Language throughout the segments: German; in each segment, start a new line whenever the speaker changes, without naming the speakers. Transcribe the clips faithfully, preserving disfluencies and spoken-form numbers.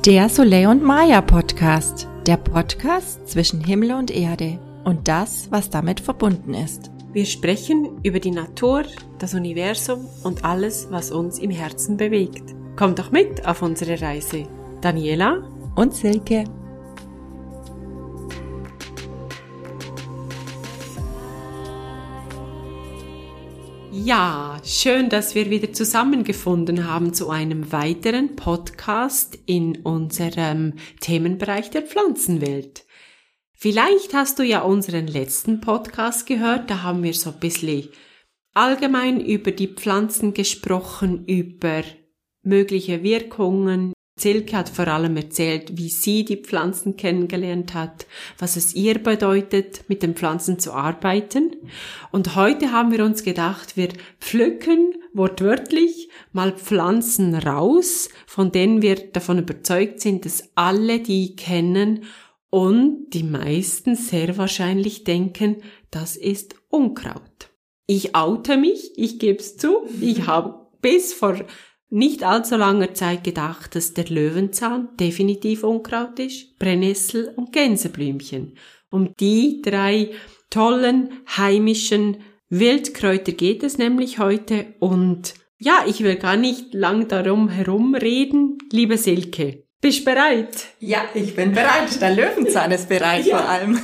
Der Soleil und Maya Podcast, der Podcast zwischen Himmel und Erde und das, was damit verbunden ist.
Wir sprechen über die Natur, das Universum und alles, was uns im Herzen bewegt. Kommt doch mit auf unsere Reise. Daniela
und Silke.
Ja, schön, dass wir wieder zusammengefunden haben zu einem weiteren Podcast in unserem Themenbereich der Pflanzenwelt. Vielleicht hast du ja unseren letzten Podcast gehört, da haben wir so ein bisschen allgemein über die Pflanzen gesprochen, über mögliche Wirkungen. Silke hat vor allem erzählt, wie sie die Pflanzen kennengelernt hat, was es ihr bedeutet, mit den Pflanzen zu arbeiten. Und heute haben wir uns gedacht, wir pflücken wortwörtlich mal Pflanzen raus, von denen wir davon überzeugt sind, dass alle die kennen und die meisten sehr wahrscheinlich denken, das ist Unkraut. Ich oute mich, ich gebe es zu, ich habe bis vor nicht allzu langer Zeit gedacht, dass der Löwenzahn definitiv Unkraut ist, Brennnessel und Gänseblümchen. Um die drei tollen heimischen Wildkräuter geht es nämlich heute und ja, ich will gar nicht lang darum herumreden. Liebe Silke, bist du bereit?
Ja, ich bin bereit. Der Löwenzahn ist bereit ja. Vor allem.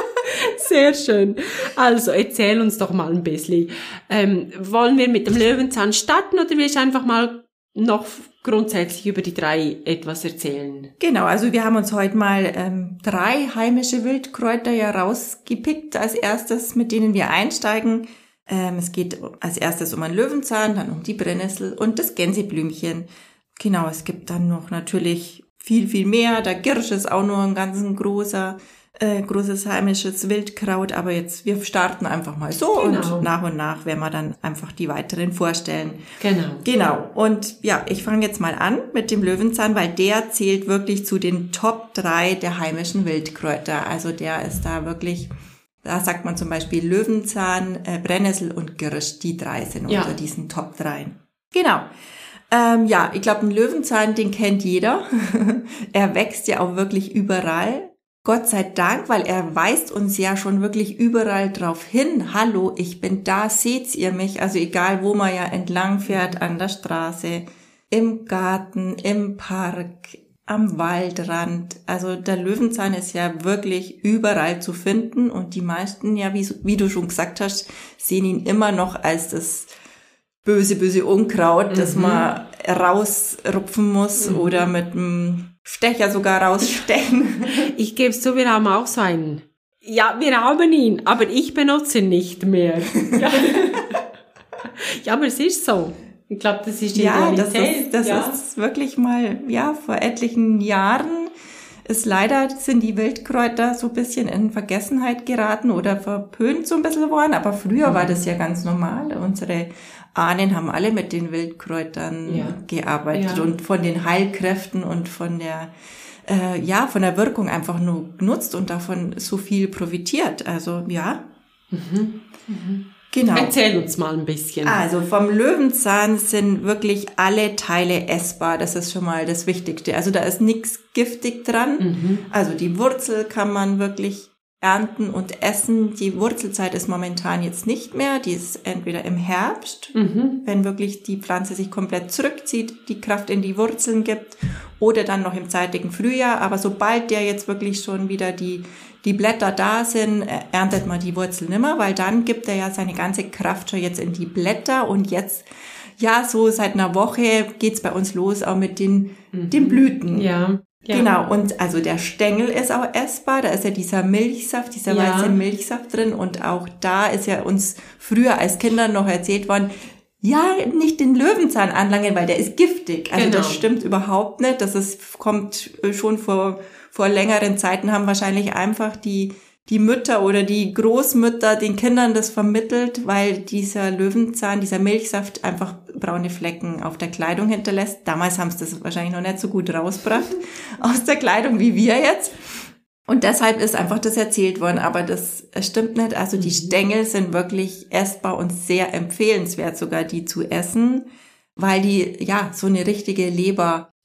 Sehr schön. Also, erzähl uns doch mal ein bisschen. Ähm, wollen wir mit dem Löwenzahn starten oder willst du einfach mal noch grundsätzlich über die drei etwas erzählen?
Genau, also wir haben uns heute mal ähm, drei heimische Wildkräuter ja rausgepickt als erstes, mit denen wir einsteigen. Ähm, es geht als erstes um einen Löwenzahn, dann um die Brennnessel und das Gänseblümchen. Genau, es gibt dann noch natürlich viel, viel mehr. Der Girsch ist auch nur ein ganz großer Äh, großes heimisches Wildkraut, aber jetzt, wir starten einfach mal so genau. Und nach und nach werden wir dann einfach die weiteren vorstellen.
Genau.
Genau. Und ja, ich fange jetzt mal an mit dem Löwenzahn, weil der zählt wirklich zu den Top drei der heimischen Wildkräuter. Also der ist da wirklich, da sagt man zum Beispiel Löwenzahn, äh, Brennnessel und Girsch, die drei sind ja. Unter diesen Top drei. Genau. Ähm, ja, ich glaube, einen Löwenzahn, den kennt jeder. Er wächst ja auch wirklich überall. Gott sei Dank, weil er weist uns ja schon wirklich überall drauf hin. Hallo, ich bin da, seht ihr mich? Also egal, wo man ja entlang fährt, an der Straße, im Garten, im Park, am Waldrand. Also der Löwenzahn ist ja wirklich überall zu finden und die meisten, ja, wie, wie du schon gesagt hast, sehen ihn immer noch als das böse, böse Unkraut, mhm. das man rausrupfen muss mhm. oder mit einem Stecher sogar rausstechen.
Ich gebe es zu, wir haben auch so einen. Ja, wir haben ihn, aber ich benutze ihn nicht mehr. Ja, ja aber es ist so. Ich glaube, das ist die
ja,
Realität.
Das ist, das ja, das ist wirklich mal, ja, vor etlichen Jahren ist leider, sind die Wildkräuter so ein bisschen in Vergessenheit geraten oder verpönt so ein bisschen worden, aber früher mhm. war das ja ganz normal. Unsere Ahnen haben alle mit den Wildkräutern ja. gearbeitet ja. und von den Heilkräften und von der, äh, ja, von der Wirkung einfach nur genutzt und davon so viel profitiert. Also, ja.
Mhm. Mhm.
Genau.
Erzähl uns mal ein bisschen.
Also vom Löwenzahn sind wirklich alle Teile essbar. Das ist schon mal das Wichtigste. Also da ist nichts giftig dran. Mhm. Also die Wurzel kann man wirklich ernten und essen. Die Wurzelzeit ist momentan jetzt nicht mehr. Die ist entweder im Herbst, mhm. wenn wirklich die Pflanze sich komplett zurückzieht, die Kraft in die Wurzeln gibt, oder dann noch im zeitigen Frühjahr. Aber sobald der jetzt wirklich schon wieder die die Blätter da sind, erntet man die Wurzel nimmer, weil dann gibt er ja seine ganze Kraft schon jetzt in die Blätter und jetzt, ja, so seit einer Woche geht's bei uns los, auch mit den, mhm. den Blüten.
Ja. Ja.
Genau, und also der Stängel ist auch essbar, da ist ja dieser Milchsaft, dieser ja. weiße Milchsaft drin und auch da ist ja uns früher als Kindern noch erzählt worden, ja, nicht den Löwenzahn anlangen, weil der ist giftig. Also genau. Das stimmt überhaupt nicht, das ist, kommt schon vor Vor längeren Zeiten haben wahrscheinlich einfach die die Mütter oder die Großmütter den Kindern das vermittelt, weil dieser Löwenzahn, dieser Milchsaft einfach braune Flecken auf der Kleidung hinterlässt. Damals haben sie das wahrscheinlich noch nicht so gut rausgebracht aus der Kleidung wie wir jetzt. Und deshalb ist einfach das erzählt worden, aber das stimmt nicht. Also die Stängel sind wirklich essbar und sehr empfehlenswert sogar, die zu essen, weil die ja so eine richtige Leber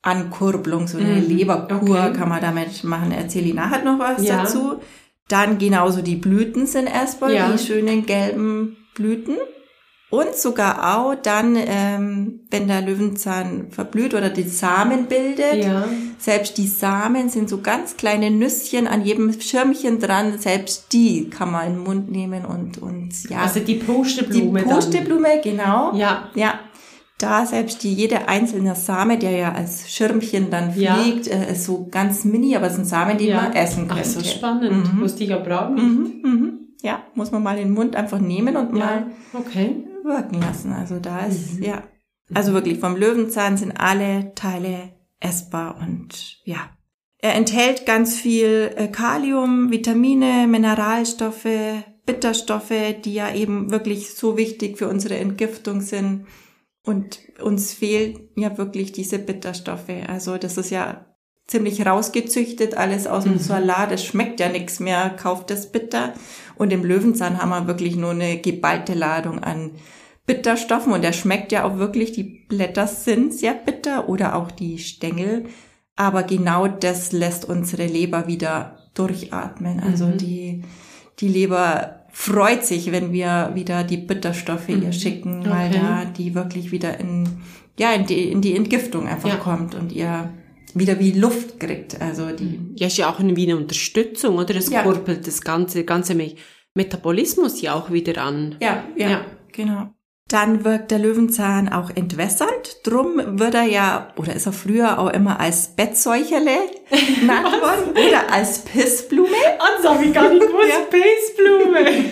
Ankurbelung, so eine
Mhm.
Leberkur
Okay.
kann man damit machen. Erzähle ich nachher noch was
Ja.
dazu. Dann genauso die Blüten sind essbar,
Ja.
die schönen gelben Blüten. Und sogar auch dann, ähm, wenn der Löwenzahn verblüht oder die Samen bildet,
Ja.
selbst die Samen sind so ganz kleine Nüsschen an jedem Schirmchen dran, selbst die kann man in den Mund nehmen und, und ja.
Also die Pusteblume
Die Pusteblume, genau.
dann. Ja.
Ja. Da selbst die, jede einzelne Same, der ja als Schirmchen dann
Ja.
fliegt, äh, ist so ganz mini, aber es sind Samen, die
Ja.
man essen
Ach,
könnte.
so spannend.
Mhm.
Wusste ich aber auch nicht.
Mhm, mhm. Ja, muss man mal in den Mund einfach nehmen und mal
Ja. Okay.
wirken lassen. Also da ist, ja. Also wirklich, vom Löwenzahn sind alle Teile essbar und ja. Er enthält ganz viel äh, Kalium, Vitamine, Mineralstoffe, Bitterstoffe, die ja eben wirklich so wichtig für unsere Entgiftung sind. Und uns fehlen ja wirklich diese Bitterstoffe. Also das ist ja ziemlich rausgezüchtet, alles aus dem
Mhm.
Salat. Es schmeckt ja nichts mehr, kauft es bitter. Und im Löwenzahn haben wir wirklich nur eine geballte Ladung an Bitterstoffen. Und der schmeckt ja auch wirklich, die Blätter sind sehr bitter oder auch die Stängel. Aber genau das lässt unsere Leber wieder durchatmen. Also
Mhm.
die, die Leber freut sich, wenn wir wieder die Bitterstoffe
Mhm.
ihr schicken, weil
Okay.
da die wirklich wieder in, ja, in die, in die Entgiftung einfach
Ja.
kommt und ihr wieder wie Luft kriegt. Also die,
Ja, ist ja auch eine, wie eine Unterstützung, oder? Es
Ja.
kurbelt das ganze, ganze Me- Metabolismus ja auch wieder an.
ja, ja,
Ja.
genau. Dann wirkt der Löwenzahn auch entwässernd. Drum wird er ja, oder ist er früher auch immer als Bettsäucherle genannt worden oder als Pissblume.
Das habe ich gar nicht gewusst.
Ja.
Pissblume.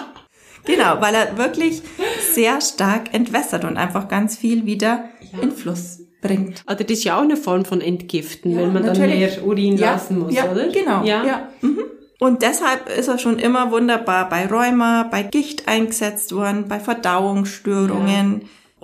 Genau, weil er wirklich sehr stark entwässert und einfach ganz viel wieder
Ja.
in Fluss bringt.
Also das ist ja auch eine Form von Entgiften,
Ja,
wenn man dann
natürlich.
mehr Urin
Ja,
lassen muss,
ja,
oder?
Genau,
Ja.
ja. Mhm. Und deshalb ist er schon immer wunderbar bei Rheuma, bei Gicht eingesetzt worden, bei Verdauungsstörungen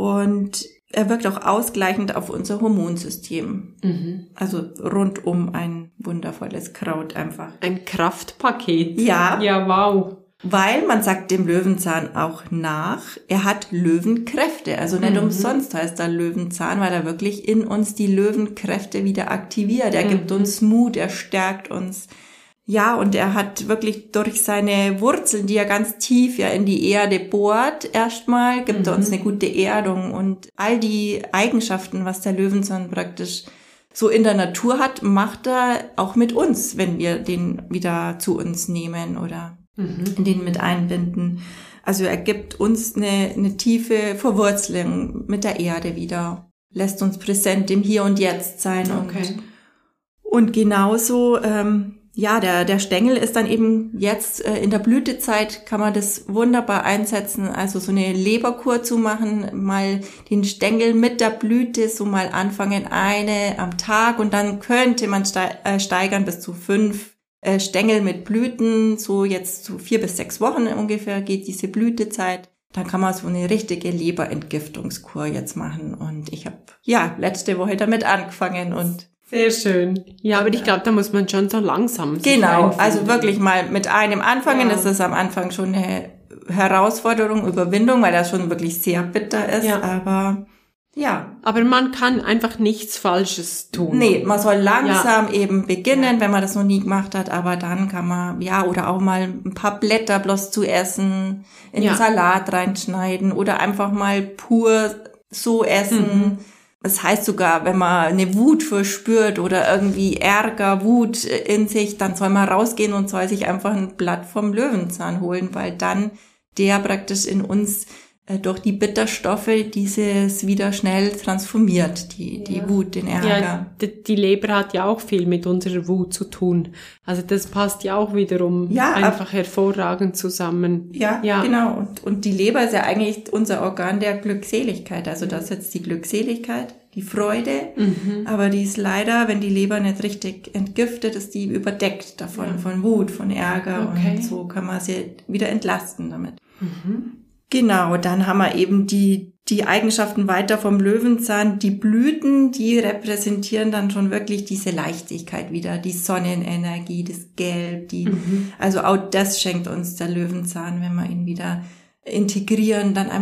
und er wirkt auch ausgleichend auf unser Hormonsystem.
Mhm.
Also rundum ein wundervolles Kraut einfach.
Ein Kraftpaket.
Ja.
Ja, wow.
Weil man sagt dem Löwenzahn auch nach, er hat Löwenkräfte. Also nicht
Mhm.
umsonst heißt er Löwenzahn, weil er wirklich in uns die Löwenkräfte wieder aktiviert. Er
Mhm.
gibt uns Mut, er stärkt uns. Ja, und er hat wirklich durch seine Wurzeln, die er ganz tief ja in die Erde bohrt, erstmal gibt er
Mhm.
uns eine gute Erdung und all die Eigenschaften, was der Löwenzahn praktisch so in der Natur hat, macht er auch mit uns, wenn wir den wieder zu uns nehmen oder
Mhm.
in den mit einbinden. Also er gibt uns eine, eine tiefe Verwurzelung mit der Erde wieder, lässt uns präsent im Hier und Jetzt sein.
Okay.
Und, und genauso, ähm, ja, der, der Stängel ist dann eben jetzt äh, in der Blütezeit kann man das wunderbar einsetzen, also so eine Leberkur zu machen, mal den Stängel mit der Blüte so mal anfangen, eine am Tag und dann könnte man ste- äh, steigern bis zu fünf äh, Stängel mit Blüten, so jetzt so vier bis sechs Wochen ungefähr geht diese Blütezeit. Dann kann man so eine richtige Leberentgiftungskur jetzt machen und ich habe ja letzte Woche damit angefangen und
Sehr schön. Ja, aber ich glaube, da muss man schon so langsam sich
genau,
reinfinden.
also wirklich mal mit einem anfangen.
Ja.
Das ist am Anfang schon eine Herausforderung, Überwindung, weil das schon wirklich sehr bitter ist.
Ja.
Aber ja,
Aber man kann einfach nichts Falsches tun.
nee, man soll langsam eben beginnen, wenn man das noch nie gemacht hat. Aber dann kann man, ja, oder auch mal ein paar Blätter bloß zu essen, in
Ja.
den Salat reinschneiden oder einfach mal pur so essen.
Mhm.
Das heißt sogar, wenn man eine Wut verspürt oder irgendwie Ärger, Wut in sich, dann soll man rausgehen und soll sich einfach ein Blatt vom Löwenzahn holen, weil dann der praktisch in uns äh, durch die Bitterstoffe dieses wieder schnell transformiert, die, die
Ja.
Wut, den Ärger.
Ja, die, die Leber hat ja auch viel mit unserer Wut zu tun. Also das passt ja auch wiederum
Ja,
einfach hervorragend zusammen.
Ja,
Ja.
genau. Und, und die Leber ist ja eigentlich unser Organ der Glückseligkeit. Also das ist jetzt die Glückseligkeit, die Freude.
Mhm.
Aber die ist leider, wenn die Leber nicht richtig entgiftet, ist die überdeckt davon,
Ja.
von Wut, von Ärger.
Okay.
Und so kann man sie wieder entlasten damit.
Mhm.
Genau, dann haben wir eben die, die Eigenschaften weiter vom Löwenzahn. Die Blüten, die repräsentieren dann schon wirklich diese Leichtigkeit wieder, die Sonnenenergie, das Gelb, die,
Mhm.
also auch das schenkt uns der Löwenzahn, wenn wir ihn wieder integrieren, dann einfach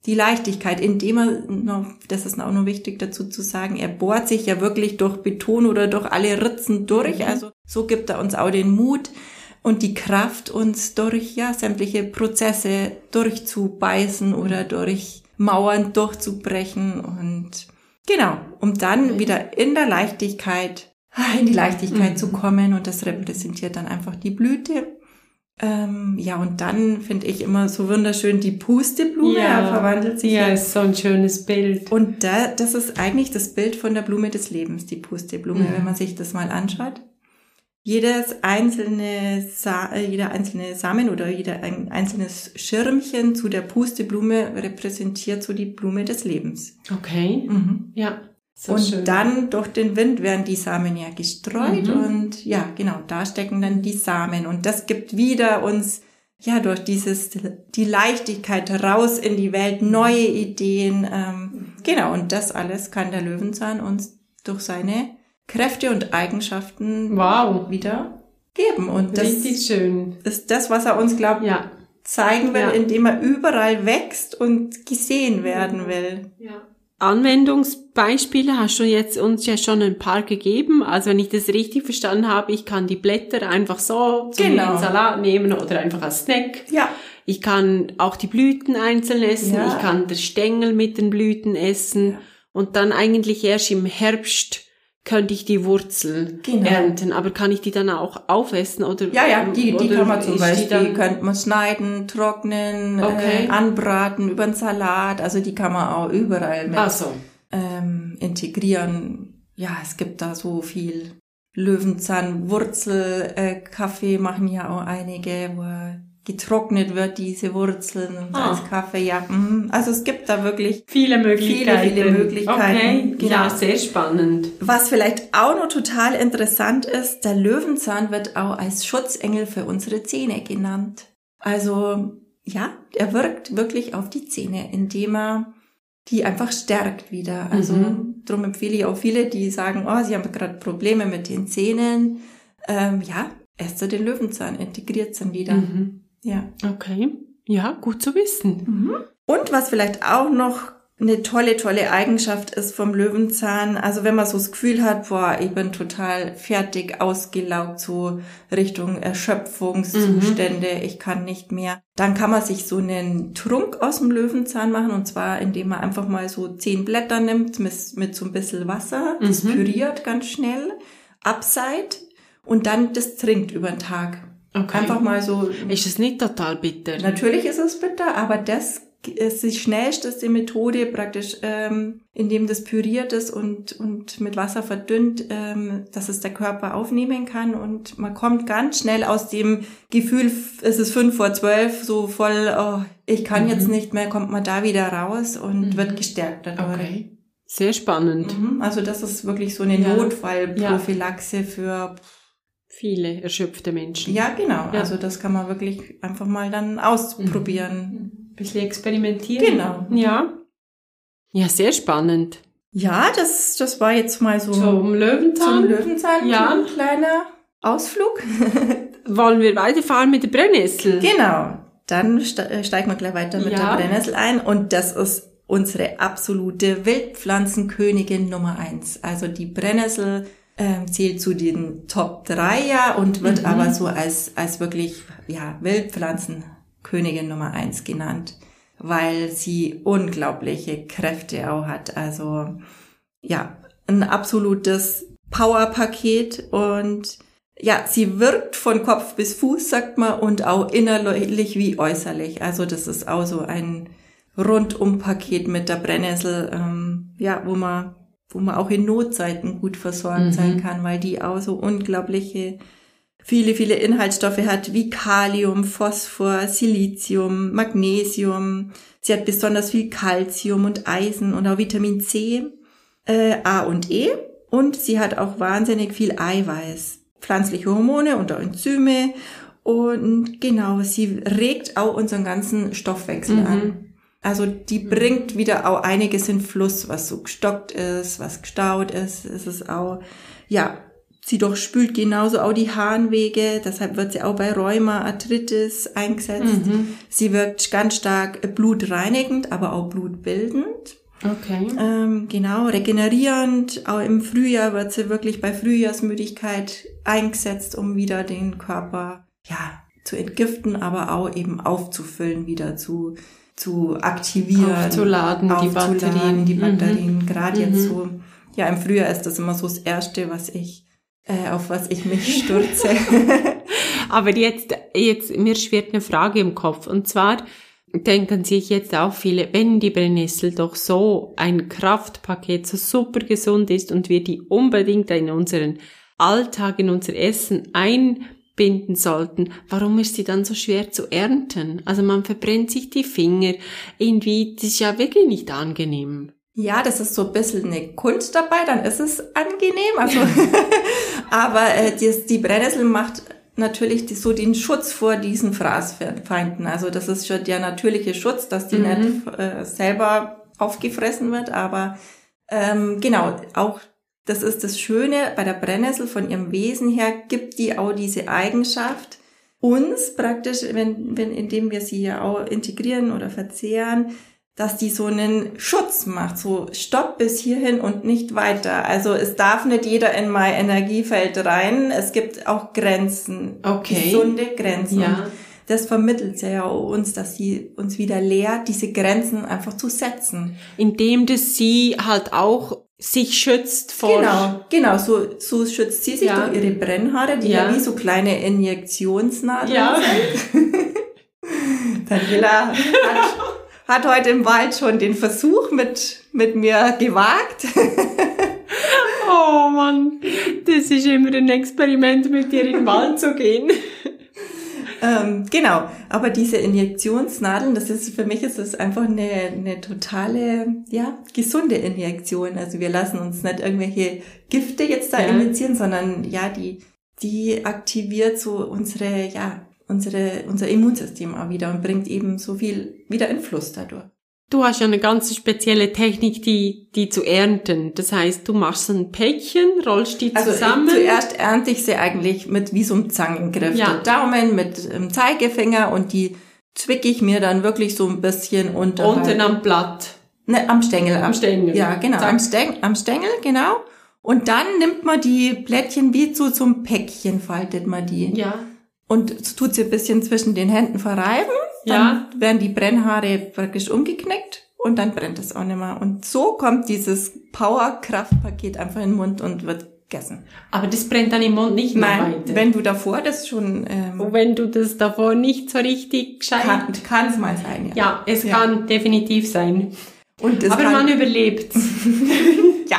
die Leichtigkeit, indem er, noch, das ist auch noch wichtig dazu zu sagen, er bohrt sich ja wirklich durch Beton oder durch alle Ritzen durch. Mhm. Also so gibt er uns auch den Mut und die Kraft, uns durch ja sämtliche Prozesse durchzubeißen oder durch Mauern durchzubrechen. Und genau, um dann wieder in der Leichtigkeit, in die Leichtigkeit mhm. zu kommen. Und das repräsentiert dann einfach die Blüte. Ähm, ja, und dann finde ich immer so wunderschön die Pusteblume, ja, ja, verwandelt sich.
Ja, ist so ein schönes Bild.
Und da, das ist eigentlich das Bild von der Blume des Lebens, die Pusteblume, mhm. wenn man sich das mal anschaut. Jedes einzelne, Sa- jeder einzelne Samen oder jeder ein einzelnes Schirmchen zu der Pusteblume repräsentiert so die Blume des Lebens.
Okay,
mhm.
ja.
So und schön. Dann durch den Wind werden die Samen ja gestreut mhm. und ja, genau, da stecken dann die Samen und das gibt wieder uns, ja, durch dieses, die Leichtigkeit raus in die Welt, neue Ideen, ähm, genau, und das alles kann der Löwenzahn uns durch seine Kräfte und Eigenschaften
wow.
wieder geben und das
richtig schön.
Ist das, was er uns, glaubt, ja. zeigen will, ja. indem er überall wächst und gesehen werden will.
Ja. Anwendungsbeispiele hast du jetzt uns ja schon ein paar gegeben. Also wenn ich das richtig verstanden habe, ich kann die Blätter einfach so zum
genau.
Salat nehmen oder einfach als Snack.
Ja.
Ich kann auch die Blüten einzeln essen. Ja. Ich kann den Stängel mit den Blüten essen. Ja. Und dann eigentlich erst im Herbst könnte ich die Wurzel genau. ernten, aber kann ich die dann auch aufessen oder?
Ja, ja, die, die kann man zum Beispiel, die könnte man schneiden, trocknen, okay. äh, anbraten, über einen Salat, also die kann man auch überall mit
Ach so.
ähm, integrieren. Ja, es gibt da so viel Löwenzahn-Wurzel, äh, Kaffee machen ja auch einige, wo getrocknet wird, diese Wurzeln und ah. als Kaffee, ja. Also es gibt da wirklich
viele Möglichkeiten.
Viele, viele Möglichkeiten.
Okay, genau. Ja, sehr spannend.
Was vielleicht auch noch total interessant ist, der Löwenzahn wird auch als Schutzengel für unsere Zähne genannt. Also, ja, er wirkt wirklich auf die Zähne, indem er die einfach stärkt wieder. Also, mhm. darum empfehle ich auch viele, die sagen, oh, sie haben gerade Probleme mit den Zähnen. Ähm, ja, esst du den Löwenzahn, integriert dann wieder.
Mhm.
Ja.
Okay. Ja, gut zu wissen.
Mhm. Und was vielleicht auch noch eine tolle, tolle Eigenschaft ist vom Löwenzahn, also wenn man so das Gefühl hat, boah, ich bin total fertig, ausgelaugt, so Richtung Erschöpfungszustände, mhm. ich kann nicht mehr, dann kann man sich so einen Trunk aus dem Löwenzahn machen, und zwar indem man einfach mal so zehn Blätter nimmt mit, mit so ein bisschen Wasser, das mhm. püriert ganz schnell, abseit und dann das trinkt über den Tag.
Okay.
Einfach mal so.
Ist es nicht total bitter?
Natürlich ist es bitter, aber das ist die schnellste Methode praktisch, ähm, indem das püriert ist und und mit Wasser verdünnt, ähm, dass es der Körper aufnehmen kann, und man kommt ganz schnell aus dem Gefühl, es ist fünf vor zwölf, so voll, oh, ich kann mhm. jetzt nicht mehr, kommt man da wieder raus und mhm. wird gestärkt dadurch.
Okay. Sehr spannend.
Mhm. Also das ist wirklich so eine ja. Notfallprophylaxe ja. für
viele erschöpfte Menschen.
Ja, genau. Ja. Also das kann man wirklich einfach mal dann ausprobieren.
Ein bisschen experimentieren.
Genau.
Ja. Ja, sehr spannend.
Ja, das das war jetzt mal so
zum Löwenzahn.
Zum Löwenzahn,
ja.
ein kleiner Ausflug.
Wollen wir weiterfahren mit der Brennnessel?
Genau. Dann ste- steigen wir gleich weiter mit ja. der Brennnessel ein. Und das ist unsere absolute Wildpflanzenkönigin Nummer eins. Also die Brennnessel Ähm, zählt zu den Top drei ja und wird mhm. aber so als als wirklich ja Wildpflanzenkönigin Nummer eins genannt, weil sie unglaubliche Kräfte auch hat. Also ja, ein absolutes Powerpaket, und ja, sie wirkt von Kopf bis Fuß, sagt man, und auch innerlich wie äußerlich. Also das ist auch so ein Rundumpaket mit der Brennnessel, ähm, ja, wo man wo man auch in Notzeiten gut versorgt mhm. sein kann, weil die auch so unglaubliche, viele, viele Inhaltsstoffe hat, wie Kalium, Phosphor, Silizium, Magnesium. Sie hat besonders viel Calcium und Eisen und auch Vitamin C, äh, A und E. Und sie hat auch wahnsinnig viel Eiweiß, pflanzliche Hormone und auch Enzyme. Und genau, sie regt auch unseren ganzen Stoffwechsel mhm. an. Also die bringt wieder auch einiges in Fluss, was so gestockt ist, was gestaut ist. Es ist auch, ja, sie durchspült genauso auch die Harnwege, deshalb wird sie auch bei Rheuma, Arthritis eingesetzt. Mhm. Sie wirkt ganz stark blutreinigend, aber auch blutbildend.
Okay.
Ähm, genau, regenerierend. Auch im Frühjahr wird sie wirklich bei Frühjahrsmüdigkeit eingesetzt, um wieder den Körper, ja, zu entgiften, aber auch eben aufzufüllen, wieder zu, zu aktivieren.
Aufzuladen,
aufzuladen
die Batterien.
Die Batterien.
Mhm.
Gerade
mhm.
jetzt so, ja, im Frühjahr ist das immer so das Erste, was ich, äh, auf was ich mich stürze.
Aber jetzt, jetzt, mir schwirrt eine Frage im Kopf. Und zwar denken sich jetzt auch viele, wenn die Brennnessel doch so ein Kraftpaket, so super gesund ist und wir die unbedingt in unseren Alltag, in unser Essen einbinden sollten, warum ist sie dann so schwer zu ernten? Also man verbrennt sich die Finger. Irgendwie, das ist ja wirklich nicht angenehm.
Ja, das ist so ein bisschen eine Kunst dabei, dann ist es angenehm. Also, aber äh, die, die Brennnessel macht natürlich die, so den Schutz vor diesen Fraßfeinden. Also das ist schon der natürliche Schutz, dass die mhm. nicht äh, selber aufgefressen wird. Aber ähm, genau, auch das ist das Schöne bei der Brennnessel, von ihrem Wesen her gibt die auch diese Eigenschaft, uns praktisch, wenn, wenn indem wir sie ja auch integrieren oder verzehren, dass die so einen Schutz macht, so Stopp bis hierhin und nicht weiter. Also es darf nicht jeder in mein Energiefeld rein. Es gibt auch Grenzen,
okay.
gesunde Grenzen.
Ja.
Und das vermittelt sie ja uns, dass sie uns wieder lehrt, diese Grenzen einfach zu setzen.
Indem das sie halt auch sich schützt vor...
Genau, genau, so, so schützt sie sich
ja.
durch ihre Brennhaare, die ja, ja wie so kleine Injektionsnadeln
ja.
sind. Daniela hat... hat heute im Wald schon den Versuch mit, mit mir gewagt.
Oh Mann, das ist immer ein Experiment, mit dir in den Wald zu gehen.
ähm, genau, aber diese Injektionsnadeln, das ist, für mich ist das einfach eine, eine totale, ja, gesunde Injektion. Also wir lassen uns nicht irgendwelche Gifte jetzt da ja. injizieren, sondern ja, die, die aktiviert so unsere, ja, unsere, unser Immunsystem auch wieder und bringt eben so viel wieder in Fluss dadurch.
Du hast ja eine ganz spezielle Technik, die, die zu ernten. Das heißt, du machst ein Päckchen, rollst die
also
zusammen.
Also zuerst ernte ich sie eigentlich mit wie so einem Zangengriff. Ja. Den Daumen mit dem Zeigefinger und die zwicke ich mir dann wirklich so ein bisschen unter.
Unten am Blatt.
Ne, am Stängel.
Am Stängel.
Ja, genau. Am Stängel, am Stängel, genau. Und dann nimmt man die Blättchen wie so zum Päckchen, faltet man die.
Ja.
Und tut sie ein bisschen zwischen den Händen verreiben. Dann ja. werden die Brennhaare praktisch umgeknickt und dann brennt es auch nicht mehr. Und so kommt dieses Power-Kraftpaket einfach in den Mund und wird gegessen.
Aber das brennt dann im Mund nicht mehr
Nein,
weiter?
Wenn du davor das schon... Ähm,
und wenn du das davor nicht so richtig gescheit...
Kann, kann es mal sein, ja.
Ja, es ja. kann definitiv sein.
Und
Aber
kann,
man überlebt.
Ja.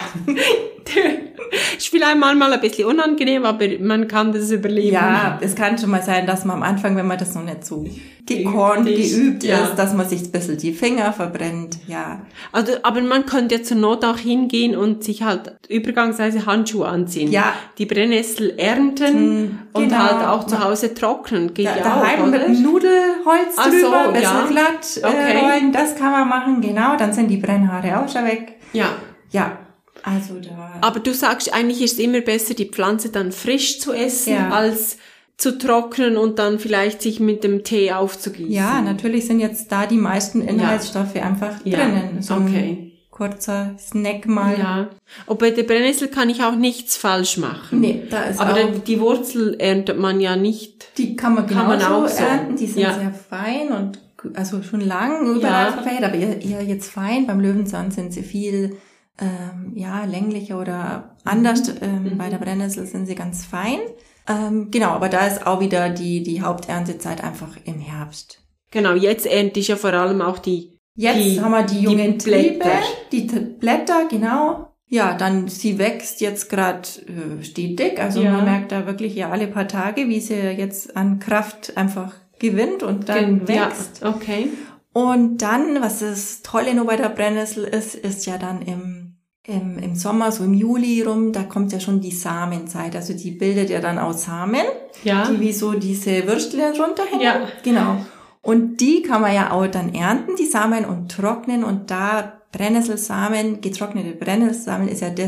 Ist vielleicht manchmal ein bisschen unangenehm, aber man kann das überleben.
Ja, es kann schon mal sein, dass man am Anfang, wenn man das noch nicht so gekonnt, geübt
ja.
ist, dass man sich ein bisschen die Finger verbrennt, ja.
Also, aber man könnte ja zur Not auch hingehen und sich halt übergangsweise Handschuhe anziehen.
Ja.
Die Brennnessel ernten hm, und genau. halt auch zu Hause trocknen. Geht ja, ja
daheim
auch,
mit einem Nudelholz
Ach
drüber,
so,
ein bisschen
ja.
glatt äh,
okay.
rollen, das kann man machen, genau, dann sind die Brennhaare auch schon weg.
Ja.
Ja. Also da.
Aber du sagst, eigentlich ist es immer besser, die Pflanze dann frisch zu essen, ja. als zu trocknen und dann vielleicht sich mit dem Tee aufzugießen.
Ja, natürlich sind jetzt da die meisten Inhaltsstoffe ja. einfach
ja.
drinnen. So
okay.
ein kurzer Snack mal.
Ja. Und bei der Brennnessel kann ich auch nichts falsch machen.
Nee, da ist
Aber
auch.
Aber die Wurzel erntet man ja nicht.
Die kann man,
kann man auch
so ernten. Die sind
ja.
sehr fein und also schon lang überall
ja.
verfällt, aber eher, eher jetzt fein. Beim Löwenzahn sind sie viel ähm, ja länglicher oder anders. Mhm. Ähm, mhm. Bei der Brennnessel sind sie ganz fein. Ähm, genau, aber da ist auch wieder die die Haupterntezeit einfach im Herbst.
Genau, jetzt ernte ich ja vor allem auch die
Jetzt
die,
haben wir die jungen
die Blätter.
Triebe, die T- Blätter, genau. Ja, dann sie wächst jetzt gerade äh, stetig. Also ja. man merkt da wirklich ja alle paar Tage, wie sie jetzt an Kraft einfach gewinnt und dann
Gen-
wächst.
Ja, okay.
Und dann, was das Tolle nur bei der Brennnessel ist, ist ja dann im, im, im Sommer, so im Juli rum, da kommt ja schon die Samenzeit. Also die bildet ja dann aus Samen,
ja.
die wie so diese Würstel runterhängen.
Ja.
Genau. Und die kann man ja auch dann ernten, die Samen, und trocknen. Und da Brennnesselsamen, getrocknete Brennnesselsamen ist ja das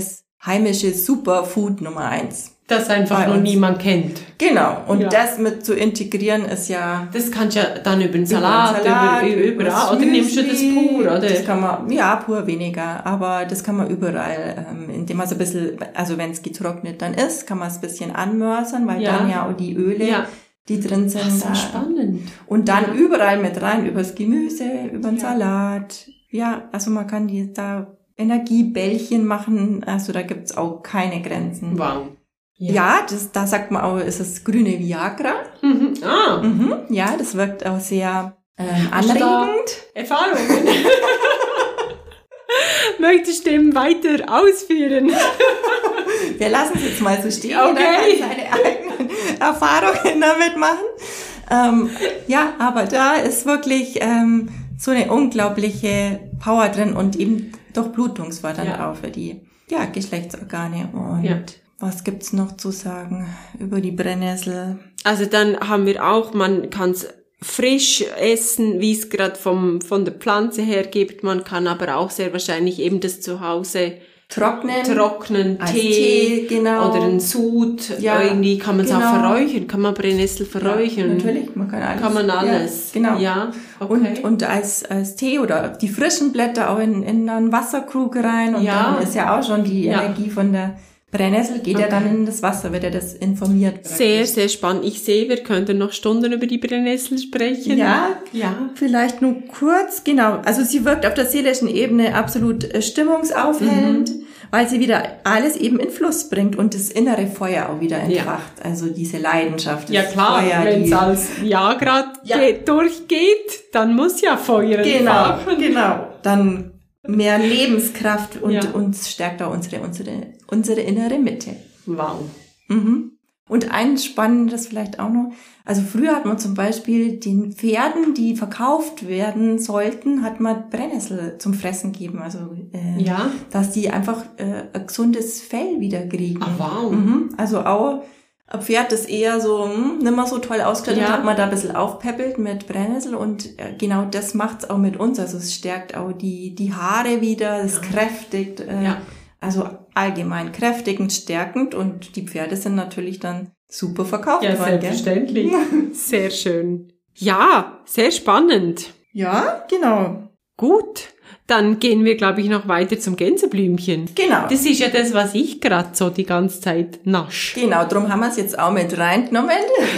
heimische Superfood Nummer eins.
Das einfach noch niemand kennt.
Genau. Und ja. das mit zu integrieren ist ja...
Das kannst du ja dann über den Salat, über, Salat, über, über überall. Oder nimmst du das pur, oder?
Das kann man, ja, pur weniger. Aber das kann man überall, ähm, indem man so ein bisschen, also wenn es getrocknet dann ist, kann man es ein bisschen anmörsern, weil ja. dann ja auch die Öle, ja. die drin sind.
Das ist
da.
spannend.
Und dann ja. überall mit rein, übers Gemüse, über den ja. Salat. Ja, also man kann die da Energiebällchen machen. Also da gibt's auch keine Grenzen.
Wow.
Ja, ja das, da sagt man auch, ist es grüne Viagra.
Mhm. Ah.
Mhm. Ja, das wirkt auch sehr ähm, anregend.
Erfahrungen. Möchtest du dem weiter ausführen?
Wir lassen es jetzt mal so stehen.
Okay.
Da kann seine eigenen Erfahrungen damit machen. Ähm, ja, aber da ist wirklich ähm, so eine unglaubliche Power drin und eben durchblutungsfördernd ja. auch für die ja, Geschlechtsorgane. Und ja. was gibt's noch zu sagen über die Brennnessel?
Also dann haben wir auch, man kann es frisch essen, wie es gerade vom von der Pflanze her gibt. Man kann aber auch sehr wahrscheinlich eben das zu Hause
trocknen,
trocknen Tee,
Tee genau.
oder einen Sud. Ja, irgendwie kann man es genau. auch verräuchern. Kann man Brennnessel verräuchern?
Ja, natürlich, man kann alles.
Kann man alles.
Ja, genau.
Ja, okay.
Und, und als, als Tee oder die frischen Blätter auch in, in einen Wasserkrug rein. Und
ja.
dann ist ja auch schon die ja. Energie von der Brennnessel geht okay. ja dann in das Wasser, wird ja das informiert. Praktisch.
Sehr, sehr spannend. Ich sehe, wir könnten noch Stunden über die Brennnessel sprechen.
Ja, ja. Vielleicht nur kurz, genau. Also sie wirkt auf der seelischen Ebene absolut stimmungsaufhellend, mhm. weil sie wieder alles eben in Fluss bringt und das innere Feuer auch wieder entfacht. Ja. Also diese Leidenschaft.
Ja klar, wenn es als Viagra ja. durchgeht, dann muss ja Feuer
Genau, entfachen. Genau. Dann mehr Lebenskraft und ja. uns stärkt auch unsere, unsere, unsere innere Mitte.
Wow.
Mhm. Und ein spannendes vielleicht auch noch, also früher hat man zum Beispiel den Pferden, die verkauft werden sollten, hat man Brennnessel zum Fressen gegeben, also äh,
ja.
dass die einfach äh, ein gesundes Fell wieder kriegen.
Ach, wow.
Mhm. Also auch ein Pferd, das eher so hm, nicht mehr so toll ausgestattet ja. hat, man da ein bisschen aufpäppelt mit Brennnessel und äh, genau das macht's auch mit uns. Also es stärkt auch die die Haare wieder, es ja. kräftigt, äh, ja. also allgemein kräftigend, stärkend und die Pferde sind natürlich dann super verkauft
ja,
worden.
Selbstverständlich. Sehr schön. Ja, sehr spannend.
Ja, genau.
Gut. Dann gehen wir, glaube ich, noch weiter zum Gänseblümchen.
Genau.
Das ist ja das, was ich gerade so die ganze Zeit nasch.
Genau, darum haben wir es jetzt auch mit reingenommen.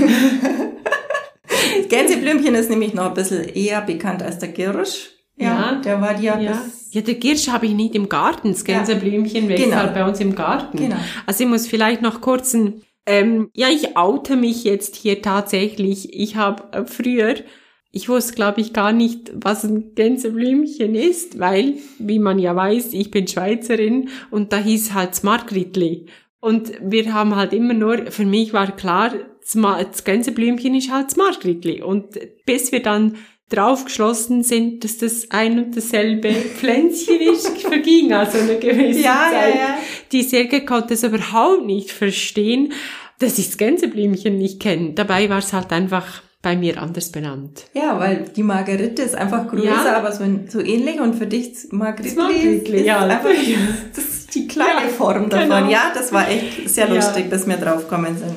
Gänseblümchen ist nämlich noch ein bisschen eher bekannt als der Girsch. Ja, ja der war ja,
ja. Bis ja, der Girsch habe ich nicht im Garten. Das Gänseblümchen ja. wächst genau. halt bei uns im Garten.
Genau.
Also ich muss vielleicht noch kurz ein, ähm, ja, ich oute mich jetzt hier tatsächlich. Ich habe äh, früher... Ich wusste, glaube ich, gar nicht, was ein Gänseblümchen ist, weil, wie man ja weiß, ich bin Schweizerin und da hieß halt das Margritli. Und wir haben halt immer nur, für mich war klar, das Gänseblümchen ist halt das Margritli. Und bis wir dann drauf geschlossen sind, dass das ein und dasselbe Pflänzchen ist, verging also eine gewisse
ja,
Zeit.
Ja, ja.
Die Serge konnte es überhaupt nicht verstehen, dass ich das Gänseblümchen nicht kenne. Dabei war es halt einfach bei mir anders benannt.
Ja, weil die Margerite ist einfach größer, ja. aber so, so ähnlich und für dich Margritli ist
ja.
einfach das ist die kleine ja, Form davon. Genau. Ja, das war echt sehr lustig, ja. dass wir draufgekommen sind.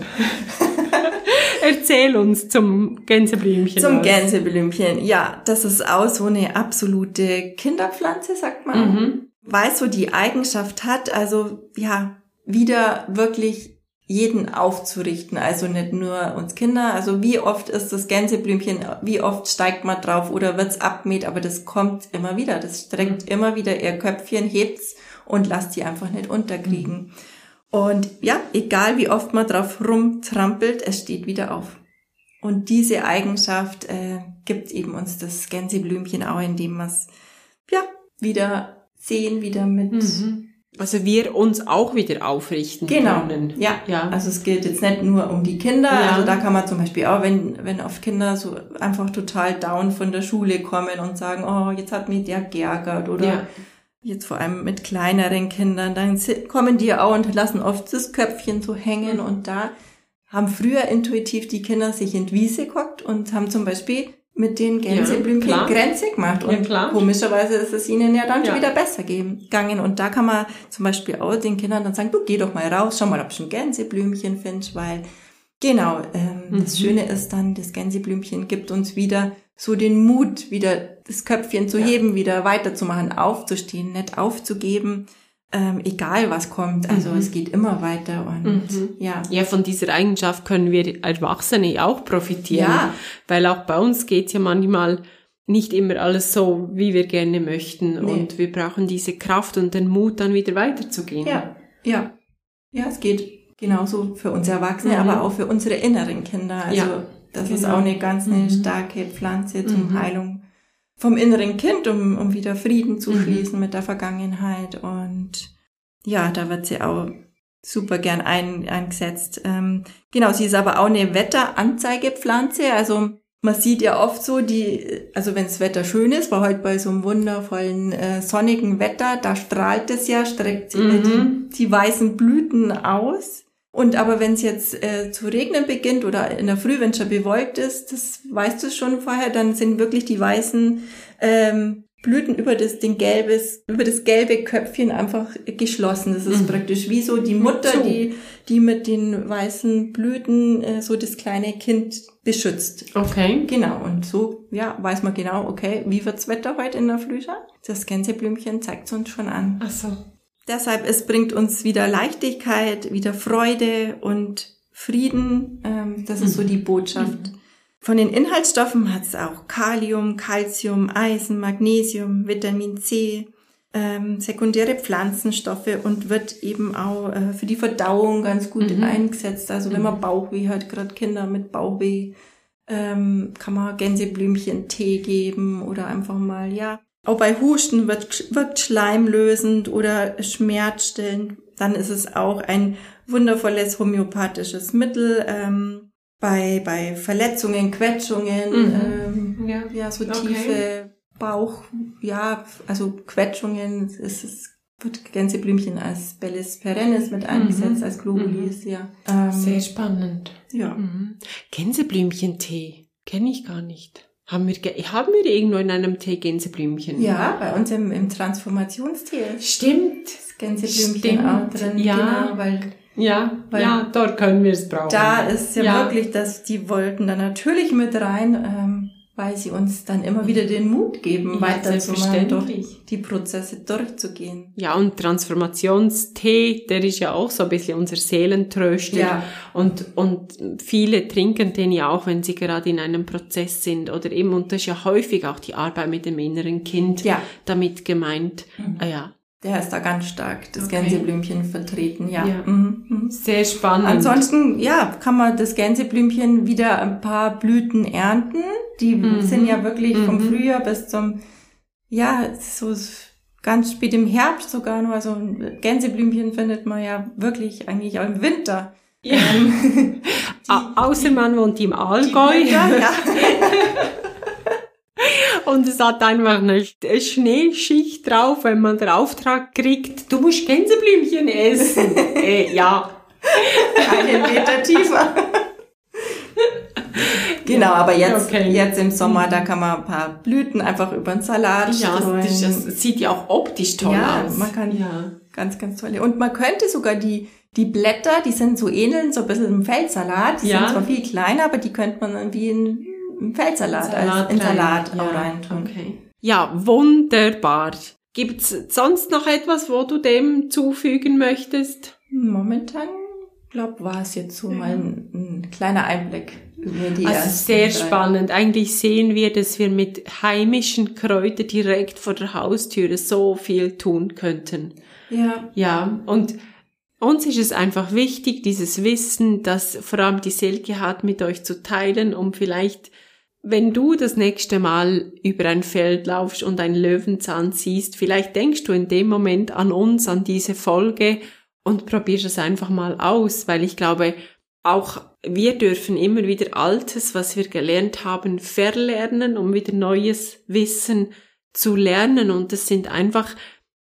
Erzähl uns zum Gänseblümchen.
Zum
aus.
Gänseblümchen, ja, das ist auch so eine absolute Kinderpflanze, sagt man. Mhm. Weil so die Eigenschaft hat, also ja, wieder wirklich jeden aufzurichten, also nicht nur uns Kinder. Also wie oft ist das Gänseblümchen, wie oft steigt man drauf oder wird's abmäht, aber das kommt immer wieder. Das streckt mhm. immer wieder ihr Köpfchen, hebt's und lasst die einfach nicht unterkriegen. Mhm. Und ja, egal wie oft man drauf rumtrampelt, es steht wieder auf. Und diese Eigenschaft äh, gibt eben uns das Gänseblümchen auch, indem wir es ja wieder sehen, wieder mit...
Mhm. Also wir uns auch wieder aufrichten
genau.
können.
Ja. ja, also es gilt jetzt nicht nur um die Kinder, ja. also da kann man zum Beispiel auch, wenn wenn oft Kinder so einfach total down von der Schule kommen und sagen, oh, jetzt hat mich der geärgert oder ja. jetzt vor allem mit kleineren Kindern, dann kommen die auch und lassen oft das Köpfchen so hängen mhm. und da haben früher intuitiv die Kinder sich in die Wiese gehockt und haben zum Beispiel mit den Gänseblümchen
ja,
grenzig macht. Und
ja,
komischerweise ist es ihnen ja dann
ja.
schon wieder besser gegangen. Und da kann man zum Beispiel auch den Kindern dann sagen, du geh doch mal raus, schau mal, ob du ein Gänseblümchen findest, weil genau, ähm, mhm. das Schöne ist dann, das Gänseblümchen gibt uns wieder so den Mut, wieder das Köpfchen zu ja. heben, wieder weiterzumachen, aufzustehen, nicht aufzugeben. Ähm, egal was kommt, also mhm. es geht immer weiter und
mhm.
ja.
Ja, von dieser Eigenschaft können wir Erwachsene auch profitieren,
ja.
weil auch bei uns geht's ja manchmal nicht immer alles so, wie wir gerne möchten nee. und wir brauchen diese Kraft und den Mut, dann wieder weiterzugehen.
Ja, ja, ja, es geht genauso für uns Erwachsene, mhm. aber auch für unsere inneren Kinder. Also ja, das genau. ist auch eine ganz eine mhm. starke Pflanze zur mhm. Heilung vom inneren Kind, um, um wieder Frieden zu schließen mhm. mit der Vergangenheit. Und ja, da wird sie auch super gern ein, eingesetzt. Ähm, genau, sie ist aber auch eine Wetteranzeigepflanze. Also man sieht ja oft so, die, also wenn das Wetter schön ist, war heute bei so einem wundervollen äh, sonnigen Wetter, da strahlt es ja, streckt sich mhm. die, die weißen Blüten aus. Und aber wenn es jetzt äh, zu regnen beginnt oder in der Früh, wenn es schon bewölkt ist, das weißt du schon vorher, dann sind wirklich die weißen ähm, Blüten über das den gelbes über das gelbe Köpfchen einfach geschlossen. Das ist mhm. praktisch wie so die Mutter, so. die die mit den weißen Blüten äh, so das kleine Kind beschützt.
Okay.
Genau. Und so ja weiß man genau, okay, wie wird's Wetter heute in der Früh sein? Das Gänseblümchen zeigt's uns schon an.
Ach so.
Deshalb, es bringt uns wieder Leichtigkeit, wieder Freude und Frieden. Ähm, das ist so die Botschaft. Mhm. Von den Inhaltsstoffen hat es auch Kalium, Calcium, Eisen, Magnesium, Vitamin C, ähm, sekundäre Pflanzenstoffe und wird eben auch äh, für die Verdauung ganz gut mhm. eingesetzt. Also wenn man Bauchweh hat, gerade Kinder mit Bauchweh, ähm, kann man Gänseblümchen-Tee geben oder einfach mal, ja, auch bei Husten wird, wirkt schleimlösend oder schmerzstillend. Dann ist es auch ein wundervolles homöopathisches Mittel. Ähm, bei bei Verletzungen, Quetschungen, mhm. ähm, ja. ja, so tiefe okay. Bauch, ja, also Quetschungen. Es ist, wird Gänseblümchen als Bellis perennis mit eingesetzt, mhm. als Globulis, mhm. ja.
Ähm, Sehr spannend.
Ja.
Mhm. Gänseblümchentee kenne ich gar nicht. Haben wir, haben wir irgendwo in einem Tee Gänseblümchen?
Ja, bei uns im, im Transformationstee.
Stimmt.
Das Gänseblümchen
Stimmt.
auch drin.
Ja,
genau, weil,
ja, weil ja, dort können wir es brauchen.
Da ist ja,
ja
wirklich, dass die wollten da natürlich mit rein, ähm, weil sie uns dann immer wieder den Mut geben, ja, weiterzumachen, durch die Prozesse durchzugehen.
Ja, und Transformationstee, der ist ja auch so ein bisschen unser Seelentröster. Ja. Und, und viele trinken den ja auch, wenn sie gerade in einem Prozess sind oder eben, und das ist ja häufig auch die Arbeit mit dem inneren Kind ja. damit gemeint.
Mhm.
Ah, ja.
Der ist da ganz stark, das okay. Gänseblümchen vertreten, ja.
ja.
Mhm.
Sehr spannend.
Ansonsten, ja, kann man das Gänseblümchen wieder ein paar Blüten ernten. Die mhm. sind ja wirklich mhm. vom Frühjahr bis zum, ja, so ganz spät im Herbst sogar nur. Also Gänseblümchen findet man ja wirklich eigentlich auch im Winter.
Ja. Ähm, die, Außer man wohnt im Allgäu.
Winter, ja.
Und es hat einfach eine Schneeschicht drauf, wenn man den Auftrag kriegt, du musst Gänseblümchen essen. äh, ja.
Einen Meter tiefer. Genau, aber jetzt, okay. jetzt im Sommer, da kann man ein paar Blüten einfach über den Salat streuen.
Ja, das, das sieht ja auch optisch toll
ja,
aus.
Man kann ja ganz, ganz tolle. Und man könnte sogar die, die Blätter, die sind so ähneln, so ein bisschen im Feldsalat. Die ja. sind zwar viel kleiner, aber die könnte man dann wie in Feldsalat,
Salat
als in Salat
ja,
auch reintun.
Okay. Ja, wunderbar. Gibt's sonst noch etwas, wo du dem zufügen möchtest?
Momentan, glaube war es jetzt so ja. mal ein, ein kleiner Einblick über die
Also
ersten
sehr
drei.
Spannend. Eigentlich sehen wir, dass wir mit heimischen Kräutern direkt vor der Haustüre so viel tun könnten.
Ja.
Ja, und uns ist es einfach wichtig, dieses Wissen, das vor allem die Silke hat, mit euch zu teilen, um vielleicht, wenn du das nächste Mal über ein Feld laufst und einen Löwenzahn siehst, vielleicht denkst du in dem Moment an uns, an diese Folge und probierst es einfach mal aus, weil ich glaube, auch wir dürfen immer wieder Altes, was wir gelernt haben, verlernen, um wieder neues Wissen zu lernen, und das sind einfach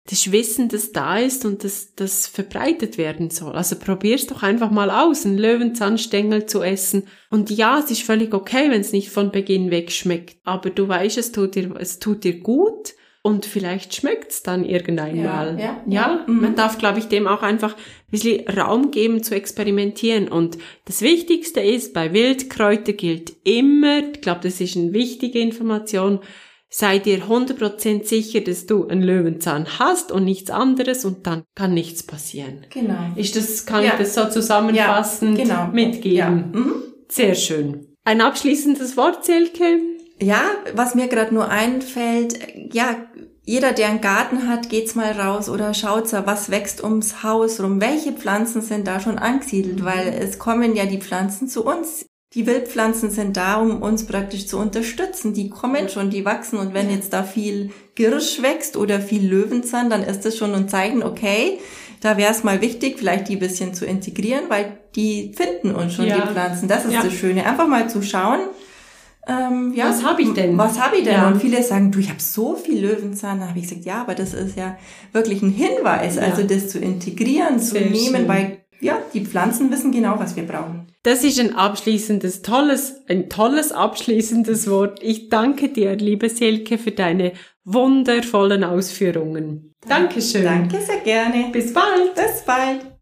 das Wissen, das da ist und das, das verbreitet werden soll. Also probier's doch einfach mal aus, einen Löwenzahnstängel zu essen. Und ja, es ist völlig okay, wenn es nicht von Beginn weg schmeckt. Aber du weißt, es tut dir, es tut dir gut und vielleicht schmeckt's dann irgendwann
Ja,
mal.
ja,
ja,
ja. Mhm.
Man darf, glaube ich, dem auch einfach ein bisschen Raum geben zu experimentieren. Und das Wichtigste ist, bei Wildkräuter gilt immer, ich glaube, das ist eine wichtige Information, sei dir hundert Prozent sicher, dass du einen Löwenzahn hast und nichts anderes und dann kann nichts passieren.
Genau.
Ist das, kann
Ja.
ich das so zusammenfassend
Ja, genau.
mitgeben?
Ja. Mhm.
Sehr schön. Ein abschließendes Wort, Silke?
Ja, was mir gerade nur einfällt, ja, jeder, der einen Garten hat, geht's mal raus oder schaut's da, was wächst ums Haus rum, welche Pflanzen sind da schon angesiedelt, weil es kommen ja die Pflanzen zu uns. Die Wildpflanzen sind da, um uns praktisch zu unterstützen. Die kommen schon, die wachsen. Und wenn jetzt da viel Girsch wächst oder viel Löwenzahn, dann ist das schon ein Zeichen, okay, da wäre es mal wichtig, vielleicht die ein bisschen zu integrieren, weil die finden uns schon,
Ja.
die Pflanzen. Das ist
Ja.
das Schöne. Einfach mal zu schauen, ähm, ja,
Was hab ich denn?
Was habe ich denn?
Ja.
Und viele sagen, du, ich habe so viel Löwenzahn. Da habe ich gesagt, ja, aber das ist ja wirklich ein Hinweis,
Ja.
also das zu integrieren, zu
Sehr
nehmen,
schön.
weil ja, die Pflanzen wissen genau, was wir brauchen.
Das ist ein abschließendes, tolles, ein tolles abschließendes Wort. Ich danke dir, liebe Silke, für deine wundervollen Ausführungen. Dankeschön.
Danke sehr gerne.
Bis bald.
Bis bald.